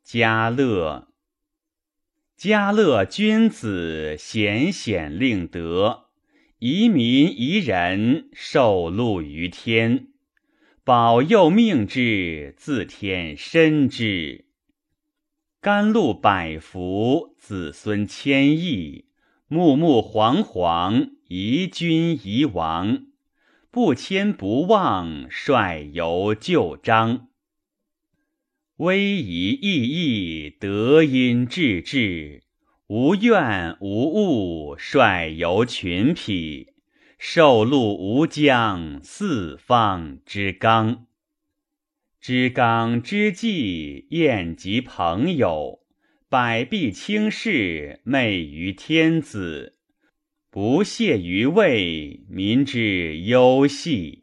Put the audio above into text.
嘉乐。嘉乐君子，显显令德，宜民宜人，受禄于天。保佑命之，自天申之。甘露百福，子孙千亿，穆穆皇皇，宜君宜王。不迁不忘，率由旧章。威仪奕奕，德音至至，无怨无恶，率由群匹。受禄无疆，四方之纲。知纲知纪，宴及朋友，百弊轻视，媚于天子。不屑于位，民之忧系。